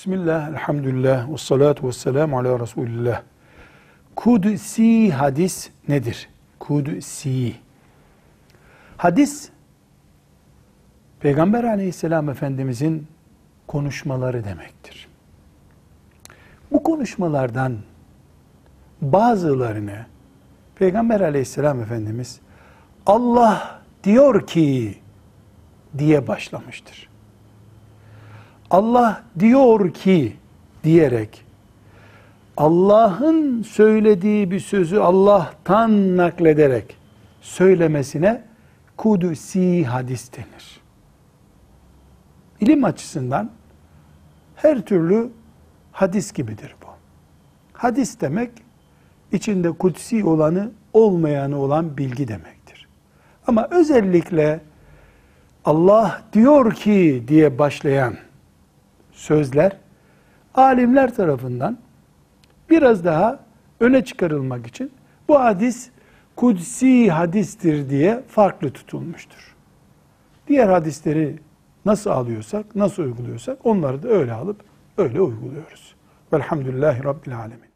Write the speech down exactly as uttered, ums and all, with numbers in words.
Bismillah, elhamdülillah, ve salatu ve selamu ala Resulillah. Kudsi hadis nedir? Kudsi. Hadis, Peygamber aleyhisselam Efendimizin konuşmaları demektir. Bu konuşmalardan bazılarını Peygamber aleyhisselam Efendimiz Allah diyor ki diye başlamıştır. Allah diyor ki diyerek Allah'ın söylediği bir sözü Allah'tan naklederek söylemesine kudüsî hadis denir. İlim açısından her türlü hadis gibidir bu. Hadis demek içinde kutsi olanı olmayanı olan bilgi demektir. Ama özellikle Allah diyor ki diye başlayan sözler alimler tarafından biraz daha öne çıkarılmak için bu hadis kudsi hadistir diye farklı tutulmuştur. Diğer hadisleri nasıl alıyorsak, nasıl uyguluyorsak onları da öyle alıp öyle uyguluyoruz. Velhamdülillahi Rabbil Alemin.